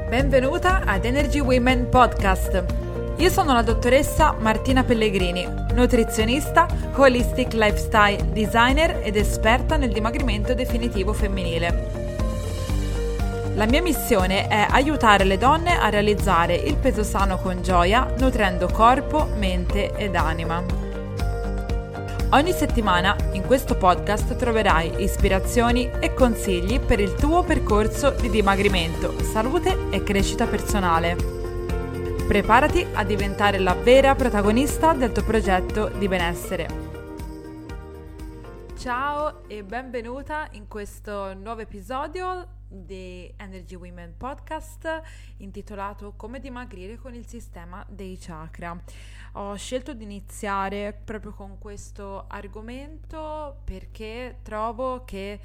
Benvenuta ad Energy Women Podcast. Io sono la dottoressa Martina Pellegrini, nutrizionista, holistic lifestyle designer ed esperta nel dimagrimento definitivo femminile. La mia missione è aiutare le donne a realizzare il peso sano con gioia, nutrendo corpo, mente ed anima. Ogni settimana in questo podcast troverai ispirazioni e consigli per il tuo percorso di dimagrimento, salute e crescita personale. Preparati a diventare la vera protagonista del tuo progetto di benessere. Ciao e benvenuta in questo nuovo episodio di Energy Women Podcast intitolato Come dimagrire con il sistema dei chakra. Ho scelto di iniziare proprio con questo argomento perché trovo che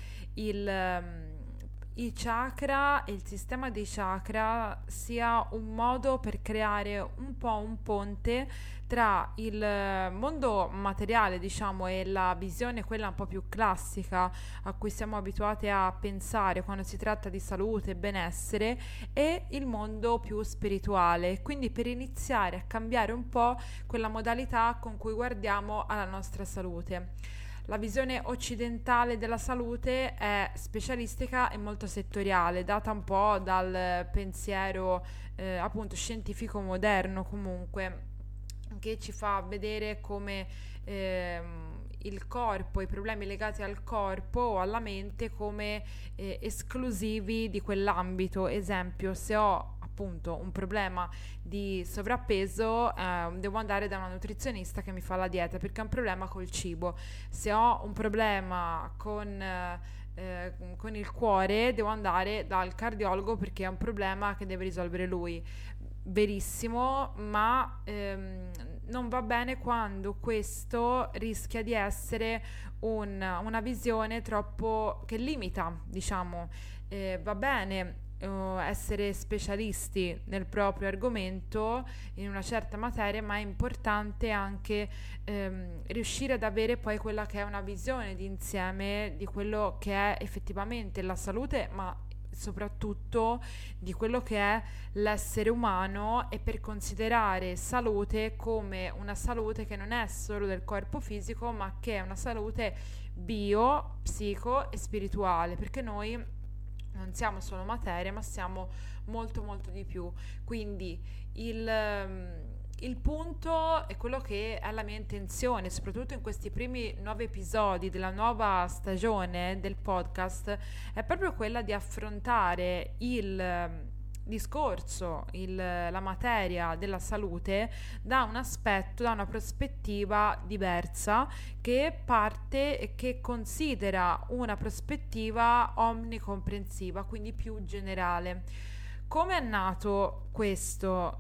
i chakra e il sistema dei chakra sia un modo per creare un po' un ponte tra il mondo materiale, diciamo, e la visione, quella un po' più classica a cui siamo abituati a pensare quando si tratta di salute e benessere, e il mondo più spirituale. Quindi per iniziare a cambiare un po' quella modalità con cui guardiamo alla nostra salute. La visione occidentale della salute è specialistica e molto settoriale, data un po' dal pensiero appunto scientifico moderno, comunque, che ci fa vedere come il corpo, i problemi legati al corpo o alla mente come esclusivi di quell'ambito. Esempio, se ho appunto un problema di sovrappeso, devo andare da una nutrizionista che mi fa la dieta perché è un problema col cibo. Se ho un problema con il cuore, devo andare dal cardiologo perché è un problema che deve risolvere lui. Verissimo, ma non va bene quando questo rischia di essere una visione troppo che limita, diciamo. Va bene essere specialisti nel proprio argomento in una certa materia, ma è importante anche riuscire ad avere poi quella che è una visione di insieme di quello che è effettivamente la salute, ma soprattutto di quello che è l'essere umano, e per considerare salute come una salute che non è solo del corpo fisico, ma che è una salute bio, psico e spirituale, perché noi non siamo solo materia, ma siamo molto molto di più. Quindi il punto è quello che è la mia intenzione, soprattutto in questi primi 9 episodi della nuova stagione del podcast, è proprio quella di affrontare il discorso, la materia della salute da un aspetto, da una prospettiva diversa, che parte e che considera una prospettiva omnicomprensiva, quindi più generale. Come è nato questa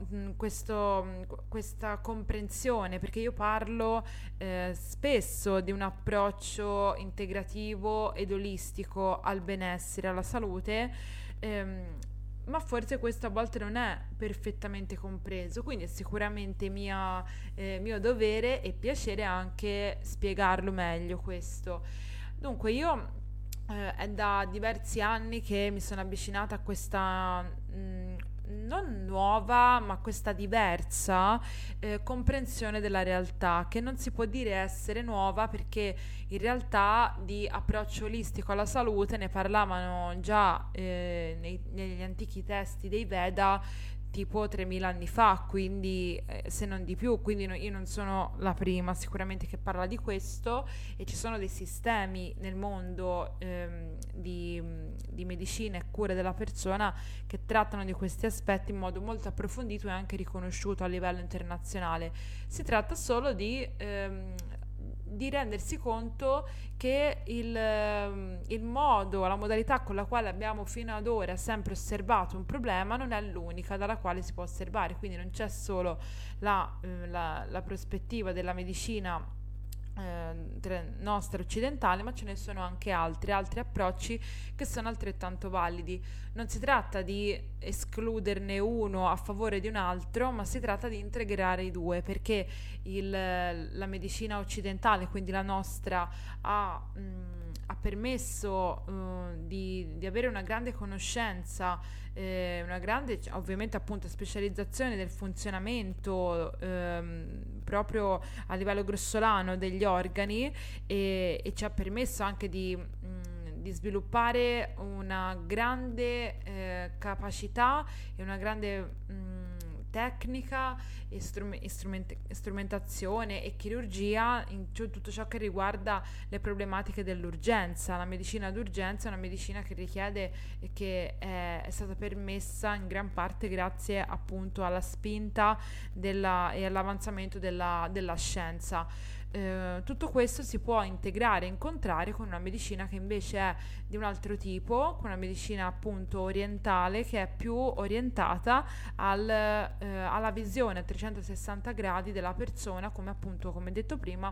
comprensione? Perché io parlo spesso di un approccio integrativo ed olistico al benessere, alla salute, ma forse questo a volte non è perfettamente compreso, quindi è sicuramente mio dovere e piacere anche spiegarlo meglio questo. Dunque, io è da diversi anni che mi sono avvicinata a questa non nuova, ma questa diversa comprensione della realtà, che non si può dire essere nuova, perché in realtà di approccio olistico alla salute ne parlavano già negli antichi testi dei Veda, tipo 3000 anni fa, quindi se non di più. Quindi io non sono la prima sicuramente che parla di questo, e ci sono dei sistemi nel mondo di medicina e cura della persona che trattano di questi aspetti in modo molto approfondito e anche riconosciuto a livello internazionale. Si tratta solo di rendersi conto che il modo, la modalità con la quale abbiamo fino ad ora sempre osservato un problema non è l'unica dalla quale si può osservare. Quindi non c'è solo la prospettiva della medicina nostra occidentale, ma ce ne sono anche altri approcci che sono altrettanto validi. Non si tratta di escluderne uno a favore di un altro, ma si tratta di integrare i due, perché la medicina occidentale, quindi la nostra, ha permesso di avere una grande conoscenza, una grande ovviamente appunto specializzazione del funzionamento proprio a livello grossolano degli organi, e ci ha permesso anche di sviluppare una grande capacità e una grande tecnica e strumentazione e chirurgia in tutto ciò che riguarda le problematiche dell'urgenza. La medicina d'urgenza è una medicina che richiede e che è stata permessa in gran parte grazie appunto alla spinta e all'avanzamento della scienza. Tutto questo si può integrare e incontrare con una medicina che invece è di un altro tipo, con una medicina appunto orientale, che è più orientata alla visione a 360 gradi della persona, come appunto, come detto prima,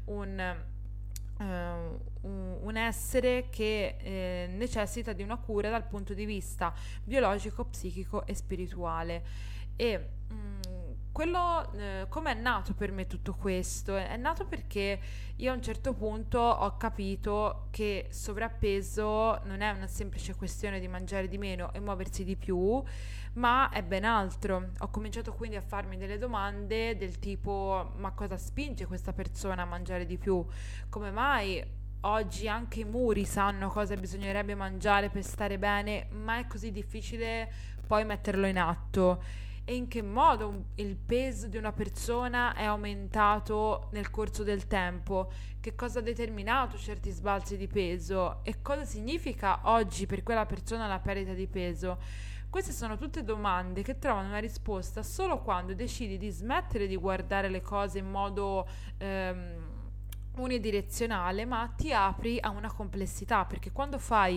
un essere che necessita di una cura dal punto di vista biologico, psichico e spirituale. E come è nato per me tutto questo? È nato perché io a un certo punto ho capito che sovrappeso non è una semplice questione di mangiare di meno e muoversi di più, ma è ben altro. Ho cominciato quindi a farmi delle domande del tipo: ma cosa spinge questa persona a mangiare di più? Come mai oggi anche i muri sanno cosa bisognerebbe mangiare per stare bene, ma è così difficile poi metterlo in atto? E in che modo il peso di una persona è aumentato nel corso del tempo? Che cosa ha determinato certi sbalzi di peso? E cosa significa oggi per quella persona la perdita di peso? Queste sono tutte domande che trovano una risposta solo quando decidi di smettere di guardare le cose in modo unidirezionale, ma ti apri a una complessità, perché quando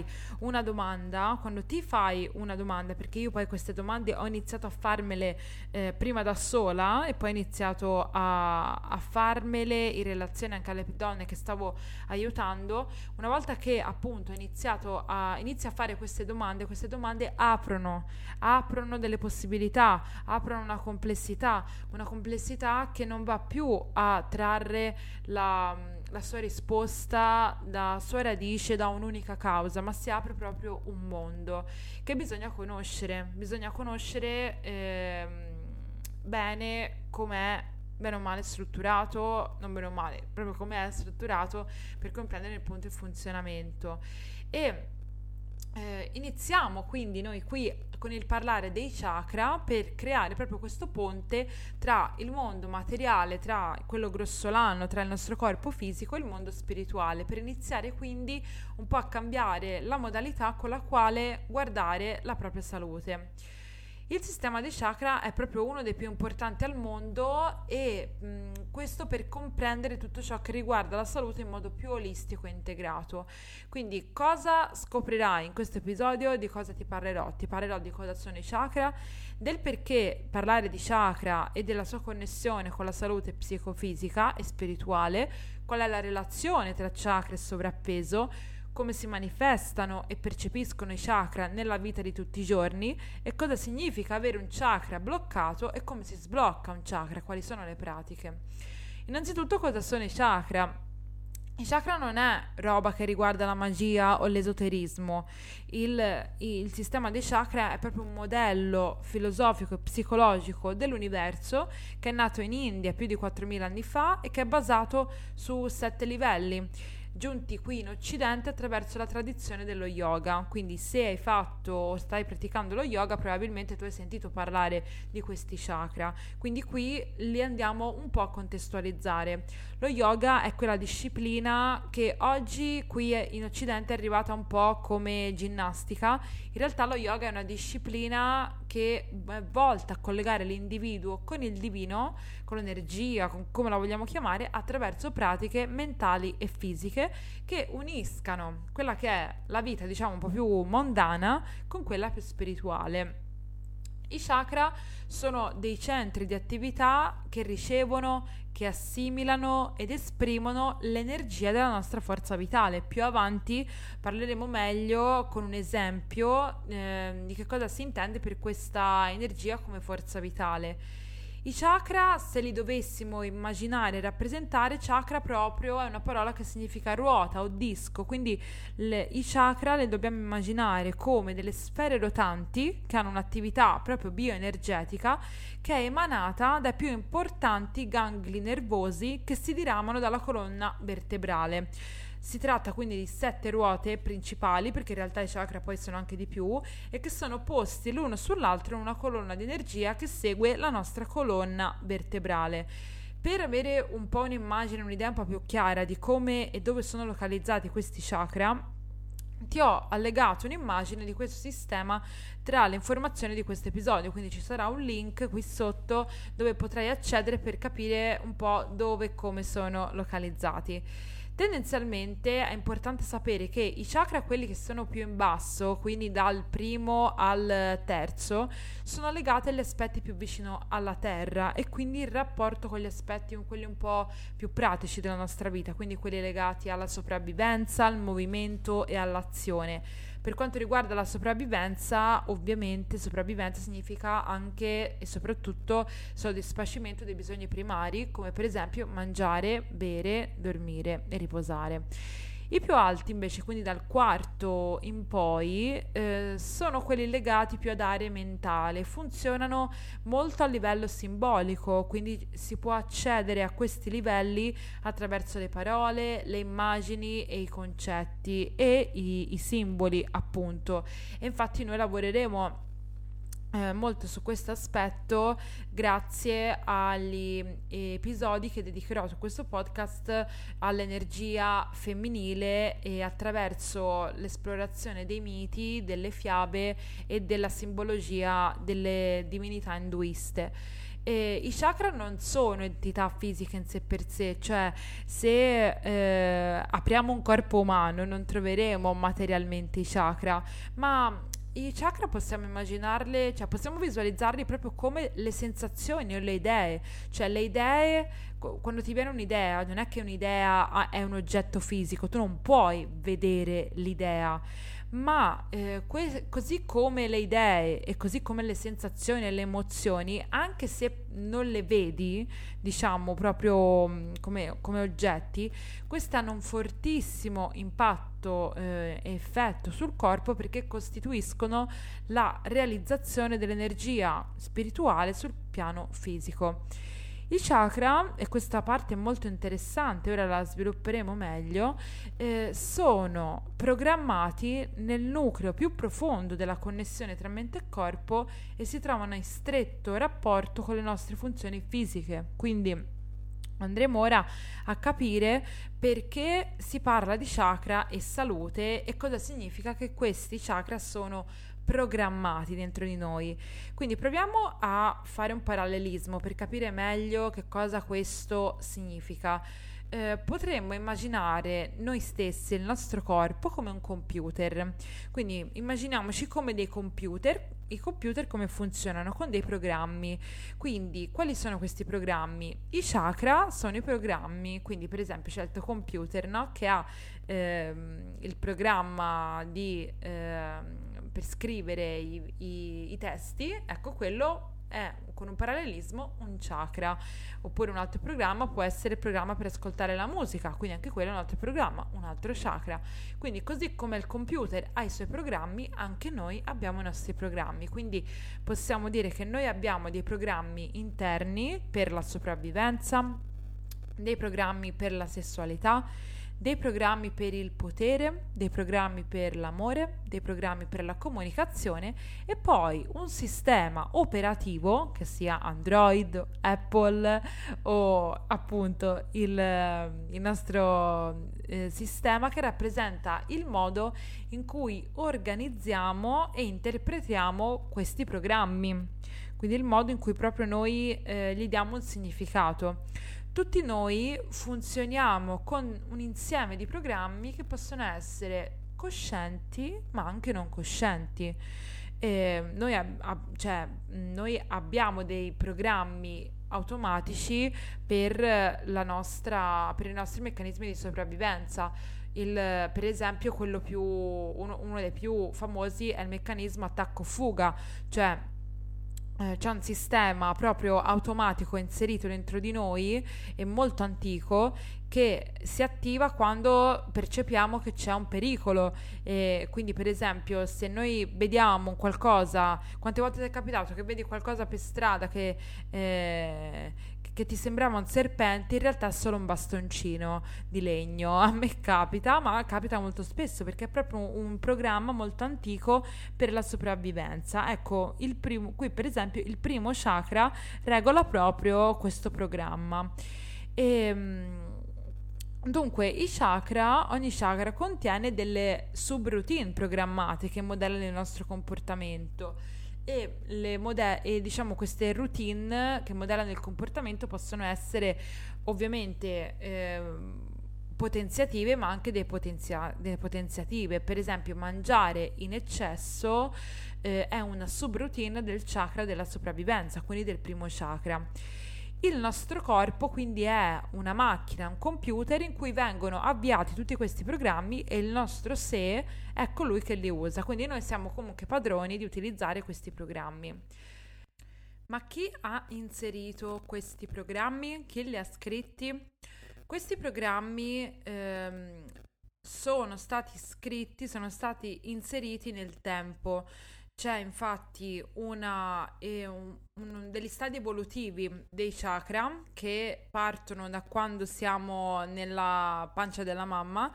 ti fai una domanda, perché io poi queste domande ho iniziato a farmele prima da sola e poi ho iniziato a farmele in relazione anche alle donne che stavo aiutando. Una volta che appunto inizi a fare queste domande aprono delle possibilità, aprono una complessità che non va più a trarre la sua risposta, la sua radice da un'unica causa, ma si apre proprio un mondo che bisogna conoscere bene com'è, bene o male strutturato, non bene o male, proprio com'è strutturato, per comprendere appunto il funzionamento. E iniziamo quindi noi qui con il parlare dei chakra per creare proprio questo ponte tra il mondo materiale, tra quello grossolano, tra il nostro corpo fisico e il mondo spirituale, per iniziare quindi un po' a cambiare la modalità con la quale guardare la propria salute. Il sistema dei chakra è proprio uno dei più importanti al mondo e questo per comprendere tutto ciò che riguarda la salute in modo più olistico e integrato. Quindi cosa scoprirai in questo episodio? Di cosa ti parlerò? Ti parlerò di cosa sono i chakra, del perché parlare di chakra e della sua connessione con la salute psicofisica e spirituale, qual è la relazione tra chakra e sovrappeso, come si manifestano e percepiscono i chakra nella vita di tutti i giorni e cosa significa avere un chakra bloccato e come si sblocca un chakra, quali sono le pratiche. Innanzitutto, cosa sono i chakra? I chakra non è roba che riguarda la magia o l'esoterismo. Il sistema dei chakra è proprio un modello filosofico e psicologico dell'universo che è nato in India più di 4000 anni fa e che è basato su 7 livelli, giunti qui in Occidente attraverso la tradizione dello yoga. Quindi se hai fatto o stai praticando lo yoga, probabilmente tu hai sentito parlare di questi chakra. Quindi qui li andiamo un po' a contestualizzare. Lo yoga è quella disciplina che oggi qui in Occidente è arrivata un po' come ginnastica. In realtà lo yoga è una disciplina che è volta a collegare l'individuo con il divino, con l'energia, con come la vogliamo chiamare, attraverso pratiche mentali e fisiche che uniscano quella che è la vita, diciamo, un po' più mondana con quella più spirituale. I chakra sono dei centri di attività che ricevono, che assimilano ed esprimono l'energia della nostra forza vitale. Più avanti parleremo meglio con un esempio di che cosa si intende per questa energia come forza vitale. I chakra, se li dovessimo immaginare e rappresentare, chakra proprio è una parola che significa ruota o disco, quindi i chakra le dobbiamo immaginare come delle sfere rotanti che hanno un'attività proprio bioenergetica che è emanata dai più importanti gangli nervosi che si diramano dalla colonna vertebrale. Si tratta quindi di 7 ruote principali, perché in realtà i chakra poi sono anche di più, e che sono posti l'uno sull'altro in una colonna di energia che segue la nostra colonna vertebrale. Per avere un po' un'immagine, un'idea un po' più chiara di come e dove sono localizzati questi chakra, ti ho allegato un'immagine di questo sistema tra le informazioni di questo episodio, quindi ci sarà un link qui sotto dove potrai accedere per capire un po' dove e come sono localizzati. Tendenzialmente è importante sapere che i chakra, quelli che sono più in basso, quindi dal primo al terzo, sono legati agli aspetti più vicino alla terra e quindi il rapporto con gli aspetti, quelli un po' più pratici della nostra vita, quindi quelli legati alla sopravvivenza, al movimento e all'azione. Per quanto riguarda la sopravvivenza, ovviamente sopravvivenza significa anche e soprattutto soddisfacimento dei bisogni primari, come per esempio mangiare, bere, dormire e riposare. I più alti invece, quindi dal quarto in poi, sono quelli legati più ad aree mentali, funzionano molto a livello simbolico, quindi si può accedere a questi livelli attraverso le parole, le immagini e i concetti e i simboli, appunto. E infatti noi lavoreremo molto su questo aspetto grazie agli episodi che dedicherò su questo podcast all'energia femminile e attraverso l'esplorazione dei miti, delle fiabe e della simbologia delle divinità induiste. I chakra non sono entità fisiche in sé per sé, cioè se apriamo un corpo umano non troveremo materialmente i chakra, ma i chakra possiamo immaginarle, cioè possiamo visualizzarli proprio come le sensazioni o le idee, cioè le idee, quando ti viene un'idea, non è che un'idea è un oggetto fisico, tu non puoi vedere l'idea, ma così come le idee e così come le sensazioni e le emozioni, anche se non le vedi, diciamo proprio come oggetti, queste hanno un fortissimo impatto e effetto sul corpo perché costituiscono la realizzazione dell'energia spirituale sul piano fisico. I chakra, e questa parte è molto interessante, ora la svilupperemo meglio, sono programmati nel nucleo più profondo della connessione tra mente e corpo e si trovano in stretto rapporto con le nostre funzioni fisiche. Quindi andremo ora a capire perché si parla di chakra e salute e cosa significa che questi chakra sono programmati dentro di noi. Quindi proviamo a fare un parallelismo per capire meglio che cosa questo significa. Potremmo immaginare noi stessi, il nostro corpo, come un computer. Quindi immaginiamoci come dei computer. I computer come funzionano? Con dei programmi. Quindi quali sono questi programmi? I chakra sono i programmi, quindi per esempio c'è il tuo computer, no? Che ha il programma per scrivere i testi, ecco quello è con un parallelismo un chakra, oppure un altro programma può essere il programma per ascoltare la musica, quindi anche quello è un altro programma, un altro chakra. Quindi così come il computer ha i suoi programmi, anche noi abbiamo i nostri programmi, quindi possiamo dire che noi abbiamo dei programmi interni per la sopravvivenza, dei programmi per la sessualità, dei programmi per il potere, dei programmi per l'amore, dei programmi per la comunicazione e poi un sistema operativo che sia Android, Apple o appunto il nostro sistema che rappresenta il modo in cui organizziamo e interpretiamo questi programmi, quindi il modo in cui proprio noi gli diamo un significato. Tutti noi funzioniamo con un insieme di programmi che possono essere coscienti ma anche non coscienti. Noi abbiamo dei programmi automatici per per i nostri meccanismi di sopravvivenza. Per esempio, uno dei più famosi è il meccanismo attacco-fuga, cioè c'è un sistema proprio automatico inserito dentro di noi e molto antico che si attiva quando percepiamo che c'è un pericolo. E quindi, per esempio, se noi vediamo un qualcosa, quante volte ti è capitato che vedi qualcosa per strada che ti sembrava un serpente, in realtà è solo un bastoncino di legno. A me capita, ma capita molto spesso perché è proprio un programma molto antico per la sopravvivenza. Ecco, qui per esempio il primo chakra regola proprio questo programma. Dunque, ogni chakra contiene delle subroutine programmate che modellano il nostro comportamento e diciamo queste routine che modellano il comportamento possono essere ovviamente potenziative, ma anche depotenziative. Per esempio, mangiare in eccesso è una subroutine del chakra della sopravvivenza, quindi del primo chakra. Il nostro corpo quindi è una macchina, un computer in cui vengono avviati tutti questi programmi e il nostro sé è colui che li usa. Quindi noi siamo comunque padroni di utilizzare questi programmi. Ma chi ha inserito questi programmi? Chi li ha scritti? Questi programmi sono stati scritti, sono stati inseriti nel tempo. C'è infatti degli stadi evolutivi dei chakra che partono da quando siamo nella pancia della mamma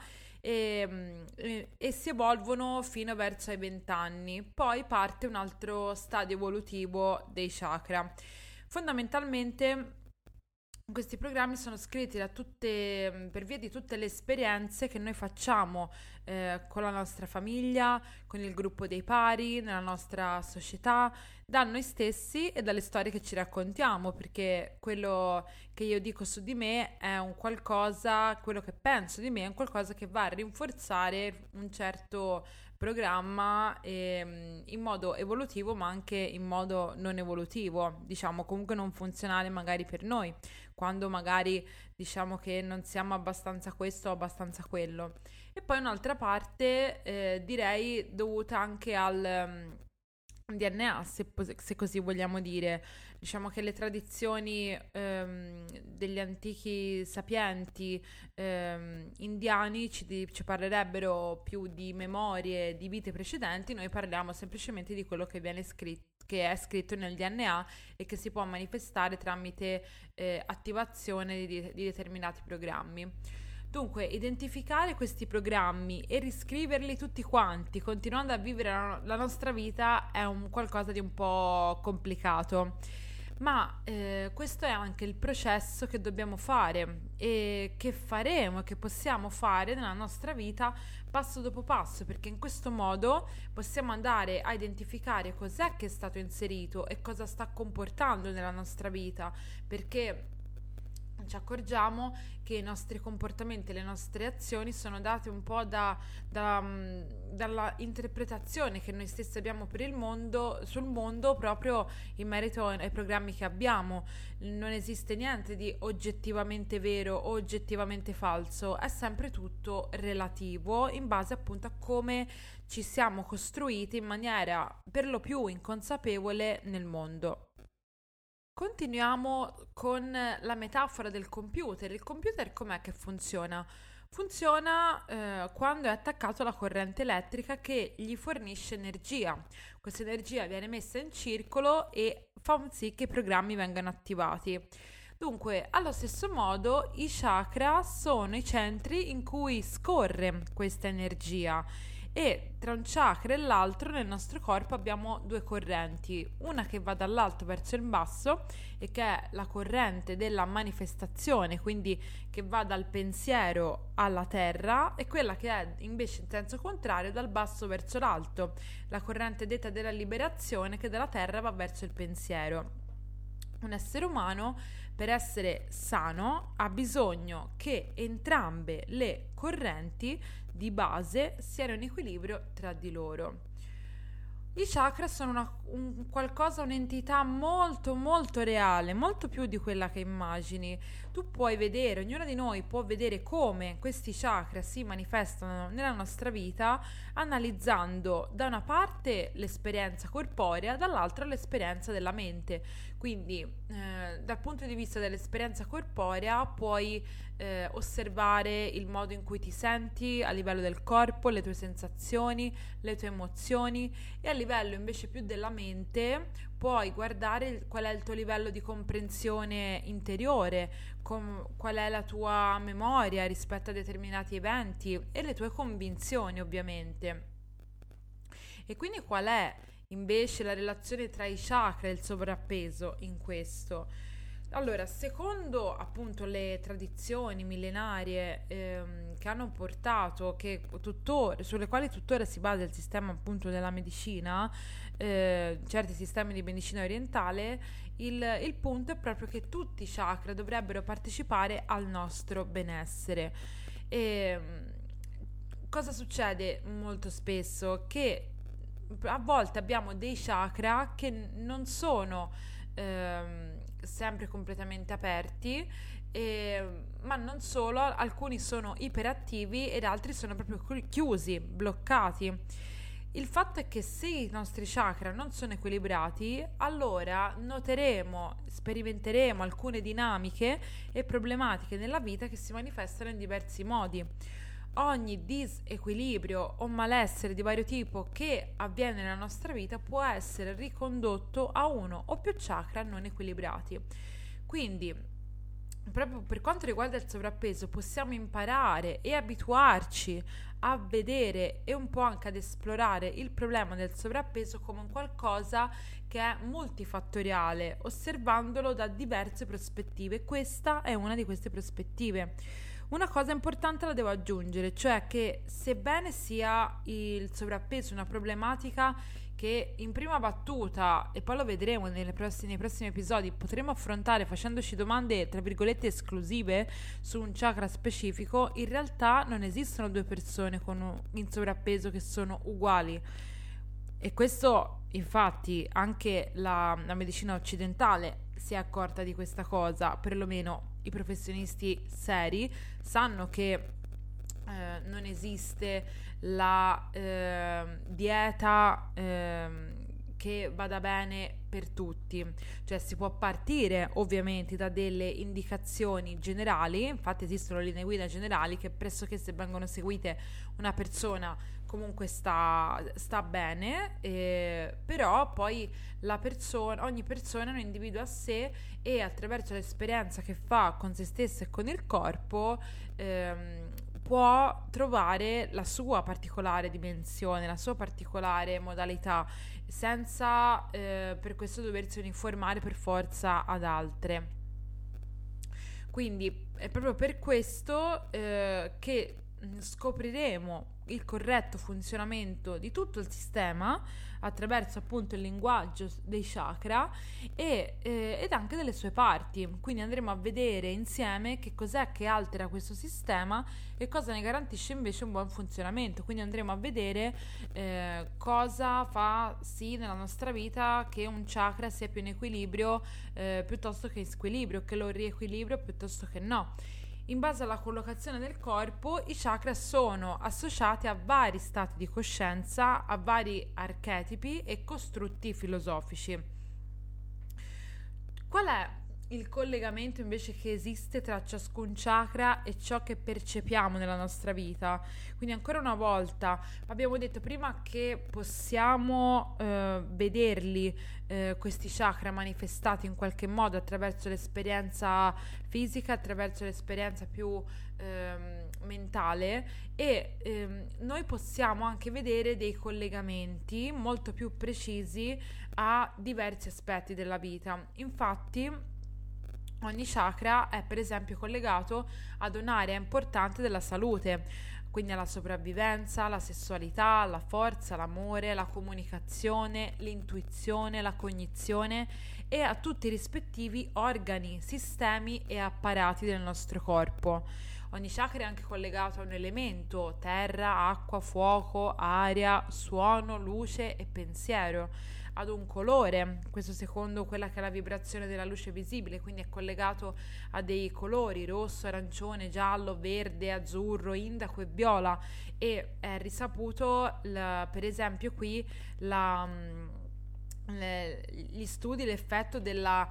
e si evolvono fino verso i 20 anni. Poi parte un altro stadio evolutivo dei chakra. Fondamentalmente questi programmi sono scritti per via di tutte le esperienze che noi facciamo con la nostra famiglia, con il gruppo dei pari, nella nostra società, da noi stessi e dalle storie che ci raccontiamo, perché quello che io dico su di me è un qualcosa, quello che penso di me è un qualcosa che va a rinforzare un certo programma in modo evolutivo, ma anche in modo non evolutivo, diciamo comunque non funzionale magari per noi, quando magari diciamo che non siamo abbastanza questo o abbastanza quello. E poi un'altra parte direi dovuta anche al DNA, se così vogliamo dire. Diciamo che le tradizioni degli antichi sapienti indiani ci parlerebbero più di memorie di vite precedenti, noi parliamo semplicemente di quello che viene scritto, che è scritto nel DNA e che si può manifestare tramite attivazione di determinati programmi. Dunque, identificare questi programmi e riscriverli tutti quanti, continuando a vivere la nostra vita, è un qualcosa di un po' complicato. Ma questo è anche il processo che dobbiamo fare e che faremo, che possiamo fare nella nostra vita passo dopo passo, perché in questo modo possiamo andare a identificare cos'è che è stato inserito e cosa sta comportando nella nostra vita, perché ci accorgiamo che i nostri comportamenti e le nostre azioni sono date un po' dalla interpretazione che noi stessi abbiamo per il mondo, sul mondo, proprio in merito ai programmi che abbiamo. Non esiste niente di oggettivamente vero o oggettivamente falso, è sempre tutto relativo in base appunto a come ci siamo costruiti in maniera per lo più inconsapevole nel mondo. Continuiamo con la metafora del computer. Il computer com'è che funziona? Funziona quando è attaccato alla corrente elettrica che gli fornisce energia. Questa energia viene messa in circolo e fa sì che i programmi vengano attivati. Dunque, allo stesso modo, i chakra sono i centri in cui scorre questa energia. E tra un chakra e l'altro nel nostro corpo abbiamo due correnti, una che va dall'alto verso il basso e che è la corrente della manifestazione, quindi che va dal pensiero alla terra, e quella che è invece in senso contrario dal basso verso l'alto, la corrente detta della liberazione che dalla terra va verso il pensiero. Un essere umano, per essere sano, ha bisogno che entrambe le correnti di base siano in equilibrio tra di loro. I chakra sono un qualcosa, un'entità molto molto reale, molto più di quella che immagini. Tu puoi vedere, ognuno di noi può vedere come questi chakra si manifestano nella nostra vita analizzando da una parte l'esperienza corporea, dall'altra l'esperienza della mente. Quindi dal punto di vista dell'esperienza corporea puoi osservare il modo in cui ti senti a livello del corpo, le tue sensazioni, le tue emozioni, e a livello invece più della mente puoi guardare qual è il tuo livello di comprensione interiore, qual è la tua memoria rispetto a determinati eventi e le tue convinzioni ovviamente. E quindi qual è invece la relazione tra i chakra e il sovrappeso in questo? Allora, secondo appunto le tradizioni millenarie che hanno portato, sulle quali tuttora si basa il sistema appunto della medicina, certi sistemi di medicina orientale, il punto è proprio che tutti i chakra dovrebbero partecipare al nostro benessere. E, cosa succede molto spesso? Che a volte abbiamo dei chakra che non sono sempre completamente aperti, ma non solo, alcuni sono iperattivi ed altri sono proprio chiusi, bloccati. Il fatto è che se i nostri chakra non sono equilibrati, allora noteremo, sperimenteremo alcune dinamiche e problematiche nella vita che si manifestano in diversi modi. Ogni disequilibrio o malessere di vario tipo che avviene nella nostra vita può essere ricondotto a uno o più chakra non equilibrati. Quindi, proprio per quanto riguarda il sovrappeso, possiamo imparare e abituarci a vedere e un po' anche ad esplorare il problema del sovrappeso come un qualcosa che è multifattoriale, osservandolo da diverse prospettive. Questa è una di queste prospettive. Una cosa importante la devo aggiungere, cioè che sebbene sia il sovrappeso una problematica che in prima battuta, e poi lo vedremo nei prossimi episodi, potremo affrontare facendoci domande tra virgolette esclusive su un chakra specifico, in realtà non esistono due persone in sovrappeso che sono uguali. E questo, infatti, anche la medicina occidentale si è accorta di questa cosa, perlomeno i professionisti seri sanno che non esiste la dieta che vada bene per tutti, cioè si può partire ovviamente da delle indicazioni generali, infatti esistono linee guida generali che pressoché se vengono seguite una persona comunque sta bene, però poi ogni persona è un individuo a sé e attraverso l'esperienza che fa con se stessa e con il corpo può trovare la sua particolare dimensione, la sua particolare modalità, senza per questo doversi uniformare per forza ad altre. Quindi è proprio per questo che scopriremo il corretto funzionamento di tutto il sistema attraverso appunto il linguaggio dei chakra ed anche delle sue parti. Quindi andremo a vedere insieme che cos'è che altera questo sistema e cosa ne garantisce invece un buon funzionamento. Quindi andremo a vedere cosa fa sì nella nostra vita che un chakra sia più in equilibrio piuttosto che in squilibrio, che lo riequilibrio piuttosto che no. In base alla collocazione del corpo, i chakra sono associati a vari stati di coscienza, a vari archetipi e costrutti filosofici. Qual è il collegamento invece che esiste tra ciascun chakra e ciò che percepiamo nella nostra vita? Quindi ancora una volta abbiamo detto prima che possiamo vederli questi chakra manifestati in qualche modo attraverso l'esperienza fisica, attraverso l'esperienza più mentale e noi possiamo anche vedere dei collegamenti molto più precisi a diversi aspetti della vita. Infatti ogni chakra è per esempio collegato ad un'area importante della salute, quindi alla sopravvivenza, alla sessualità, alla forza, l'amore, la comunicazione, l'intuizione, la cognizione e a tutti i rispettivi organi, sistemi e apparati del nostro corpo. Ogni chakra è anche collegato a un elemento: terra, acqua, fuoco, aria, suono, luce e pensiero, ad un colore, questo secondo quella che è la vibrazione della luce visibile, quindi è collegato a dei colori: rosso, arancione, giallo, verde, azzurro, indaco e viola. E è risaputo, per esempio qui, gli studi, l'effetto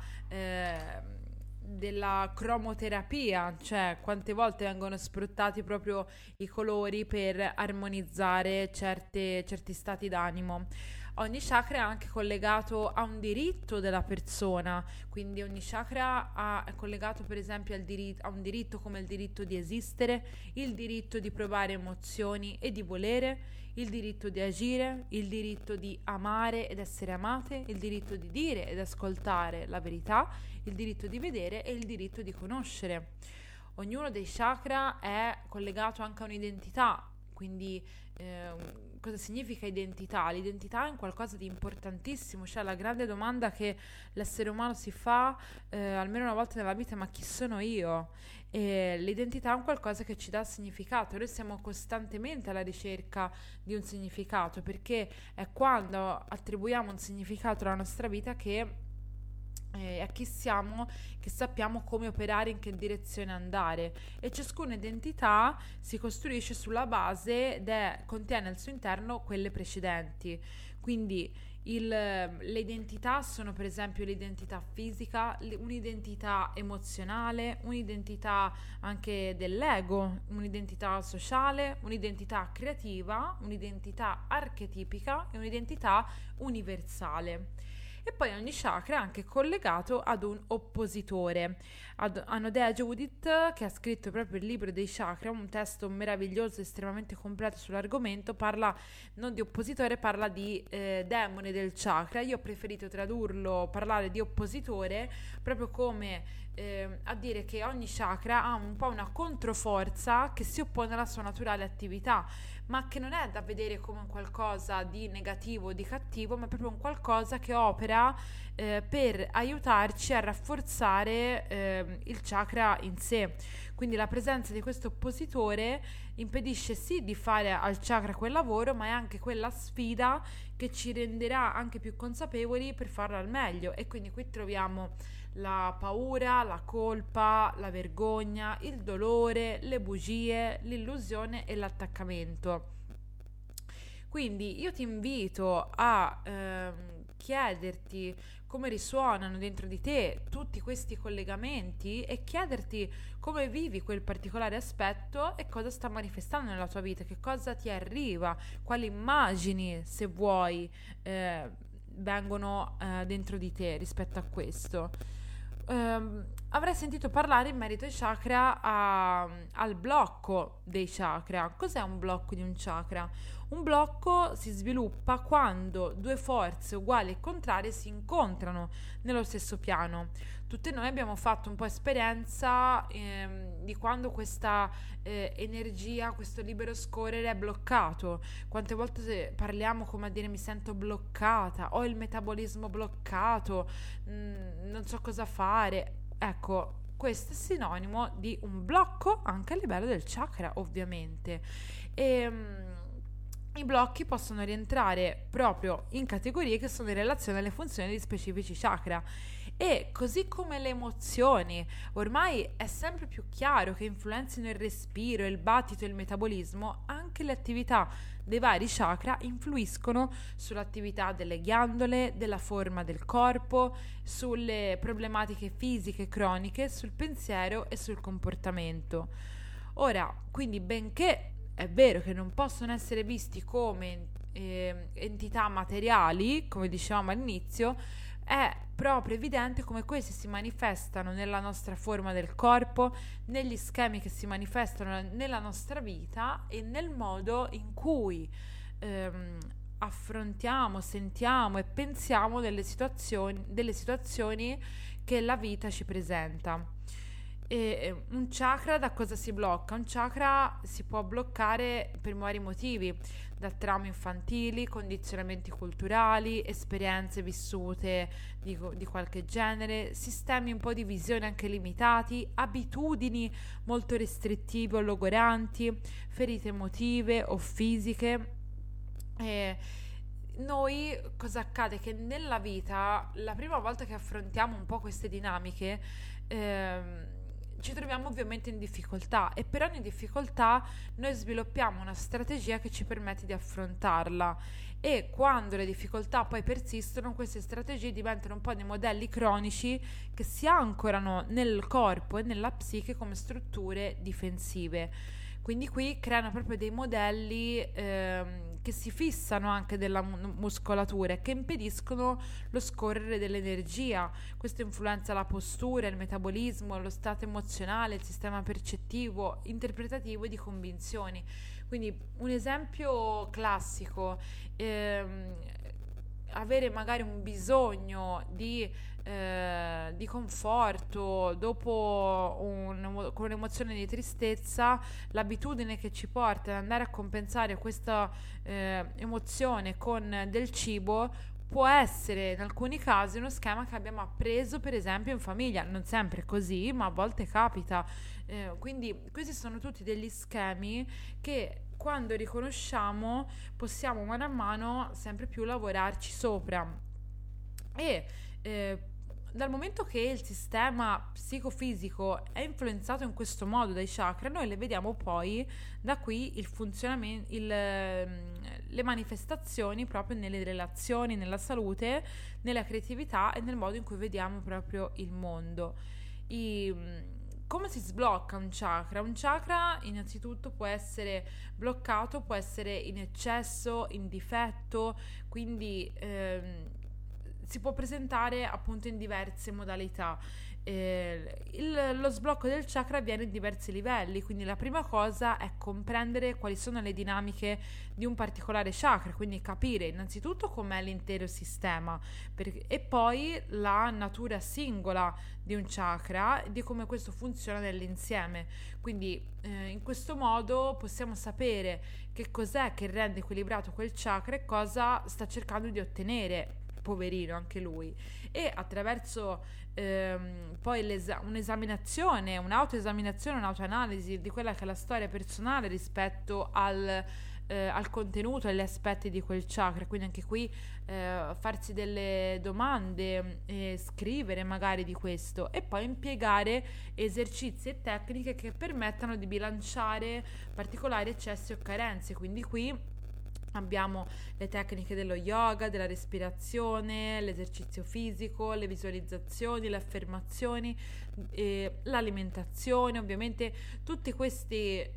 della cromoterapia, cioè quante volte vengono sfruttati proprio i colori per armonizzare certi stati d'animo. Ogni chakra è anche collegato a un diritto della persona, quindi ogni chakra è collegato per esempio a un diritto come il diritto di esistere, il diritto di provare emozioni e di volere, il diritto di agire, il diritto di amare ed essere amate, il diritto di dire ed ascoltare la verità, il diritto di vedere e il diritto di conoscere. Ognuno dei chakra è collegato anche a un'identità, quindi cosa significa identità? L'identità è un qualcosa di importantissimo, cioè la grande domanda che l'essere umano si fa almeno una volta nella vita: ma chi sono io? E l'identità è un qualcosa che ci dà significato. Noi siamo costantemente alla ricerca di un significato, perché è quando attribuiamo un significato alla nostra vita che a chi siamo, che sappiamo come operare, in che direzione andare, e ciascuna identità si costruisce sulla base contiene al suo interno quelle precedenti. Quindi le identità sono per esempio l'identità fisica, un'identità emozionale, un'identità anche dell'ego, un'identità sociale, un'identità creativa, un'identità archetipica e un'identità universale. E poi ogni chakra è anche collegato ad un oppositore. Anodea Judith, che ha scritto proprio il libro dei chakra, un testo meraviglioso, estremamente completo sull'argomento, parla non di oppositore, parla di demone del chakra. Io ho preferito parlare di oppositore, proprio come a dire che ogni chakra ha un po' una controforza che si oppone alla sua naturale attività, ma che non è da vedere come un qualcosa di negativo o di cattivo, ma è proprio un qualcosa che opera per aiutarci a rafforzare il chakra in sé. Quindi la presenza di questo oppositore impedisce sì di fare al chakra quel lavoro, ma è anche quella sfida che ci renderà anche più consapevoli per farlo al meglio. E quindi qui troviamo la paura, la colpa, la vergogna, il dolore, le bugie, l'illusione e l'attaccamento. Quindi io ti invito a chiederti come risuonano dentro di te tutti questi collegamenti e chiederti come vivi quel particolare aspetto e cosa sta manifestando nella tua vita, che cosa ti arriva, quali immagini, se vuoi, vengono dentro di te rispetto a questo. Avrei sentito parlare in merito ai chakra al blocco dei chakra. Cos'è un blocco di un chakra? Un blocco si sviluppa quando due forze uguali e contrarie si incontrano nello stesso piano. Tutti noi abbiamo fatto un po' esperienza di quando questa energia, questo libero scorrere è bloccato. Quante volte parliamo come a dire: mi sento bloccata, ho il metabolismo bloccato, non so cosa fare. Ecco, questo è sinonimo di un blocco anche a livello del chakra, ovviamente. I blocchi possono rientrare proprio in categorie che sono in relazione alle funzioni di specifici chakra. E così come le emozioni, ormai è sempre più chiaro che influenzino il respiro, il battito e il metabolismo, anche le attività dei vari chakra influiscono sull'attività delle ghiandole, della forma del corpo, sulle problematiche fisiche croniche, sul pensiero e sul comportamento. Ora, quindi, benché è vero che non possono essere visti come entità materiali, come dicevamo all'inizio, è proprio evidente come questi si manifestano nella nostra forma del corpo, negli schemi che si manifestano nella nostra vita e nel modo in cui affrontiamo, sentiamo e pensiamo delle situazioni che la vita ci presenta. E un chakra da cosa si blocca? Un chakra si può bloccare per vari motivi, da traumi infantili, condizionamenti culturali, esperienze vissute di qualche genere, sistemi un po' di visione anche limitati, abitudini molto restrittive o logoranti, ferite emotive o fisiche. E noi cosa accade? Che nella vita, la prima volta che affrontiamo un po' queste dinamiche, ci troviamo ovviamente in difficoltà e per ogni difficoltà noi sviluppiamo una strategia che ci permette di affrontarla e quando le difficoltà poi persistono, queste strategie diventano un po' dei modelli cronici che si ancorano nel corpo e nella psiche come strutture difensive. Quindi qui creano proprio dei modelli che si fissano anche della muscolatura e che impediscono lo scorrere dell'energia. Questo influenza la postura, il metabolismo, lo stato emozionale, il sistema percettivo, interpretativo e di convinzioni. Quindi un esempio classico, avere magari un bisogno di conforto dopo con un'emozione di tristezza, l'abitudine che ci porta ad andare a compensare questa emozione con del cibo può essere in alcuni casi uno schema che abbiamo appreso per esempio in famiglia, non sempre così, ma a volte capita. Quindi questi sono tutti degli schemi che quando riconosciamo possiamo mano a mano sempre più lavorarci sopra e dal momento che il sistema psicofisico è influenzato in questo modo dai chakra, noi le vediamo poi da qui il funzionamento, le manifestazioni proprio nelle relazioni, nella salute, nella creatività e nel modo in cui vediamo proprio il mondo. Come si sblocca un chakra? Un chakra innanzitutto può essere bloccato, può essere in eccesso, in difetto, quindi si può presentare appunto in diverse modalità. Lo sblocco del chakra avviene in diversi livelli, quindi la prima cosa è comprendere quali sono le dinamiche di un particolare chakra, quindi capire innanzitutto com'è l'intero sistema e poi la natura singola di un chakra e di come questo funziona nell'insieme. Quindi in questo modo possiamo sapere che cos'è che rende equilibrato quel chakra e cosa sta cercando di ottenere, poverino anche lui, e attraverso poi un'esaminazione, un'autoesaminazione, un'autoanalisi di quella che è la storia personale rispetto al contenuto e agli aspetti di quel chakra, quindi anche qui farsi delle domande, scrivere magari di questo e poi impiegare esercizi e tecniche che permettano di bilanciare particolari eccessi o carenze, quindi qui abbiamo le tecniche dello yoga, della respirazione, l'esercizio fisico, le visualizzazioni, le affermazioni, l'alimentazione, ovviamente tutte queste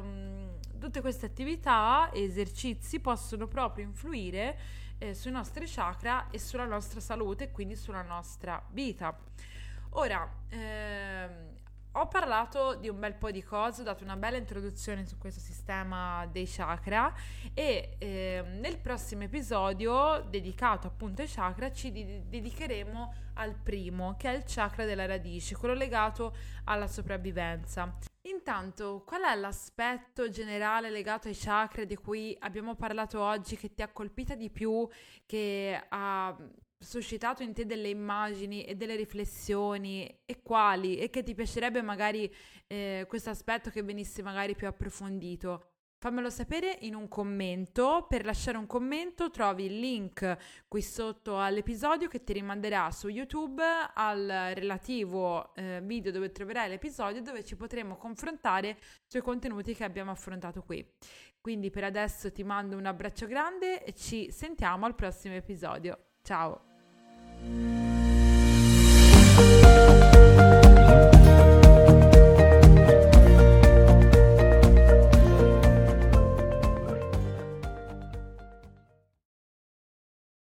attività e esercizi possono proprio influire sui nostri chakra e sulla nostra salute e quindi sulla nostra vita. Ora, ho parlato di un bel po' di cose, ho dato una bella introduzione su questo sistema dei chakra e nel prossimo episodio dedicato appunto ai chakra ci dedicheremo al primo, che è il chakra della radice, quello legato alla sopravvivenza. Intanto, qual è l'aspetto generale legato ai chakra di cui abbiamo parlato oggi che ti ha colpita di più, che ha suscitato in te delle immagini e delle riflessioni, e quali, e che ti piacerebbe magari questo aspetto che venisse magari più approfondito? Fammelo sapere in un commento. Per lasciare un commento trovi il link qui sotto all'episodio che ti rimanderà su YouTube al relativo video dove troverai l'episodio, dove ci potremo confrontare sui contenuti che abbiamo affrontato qui. Quindi per adesso ti mando un abbraccio grande e ci sentiamo al prossimo episodio. Ciao!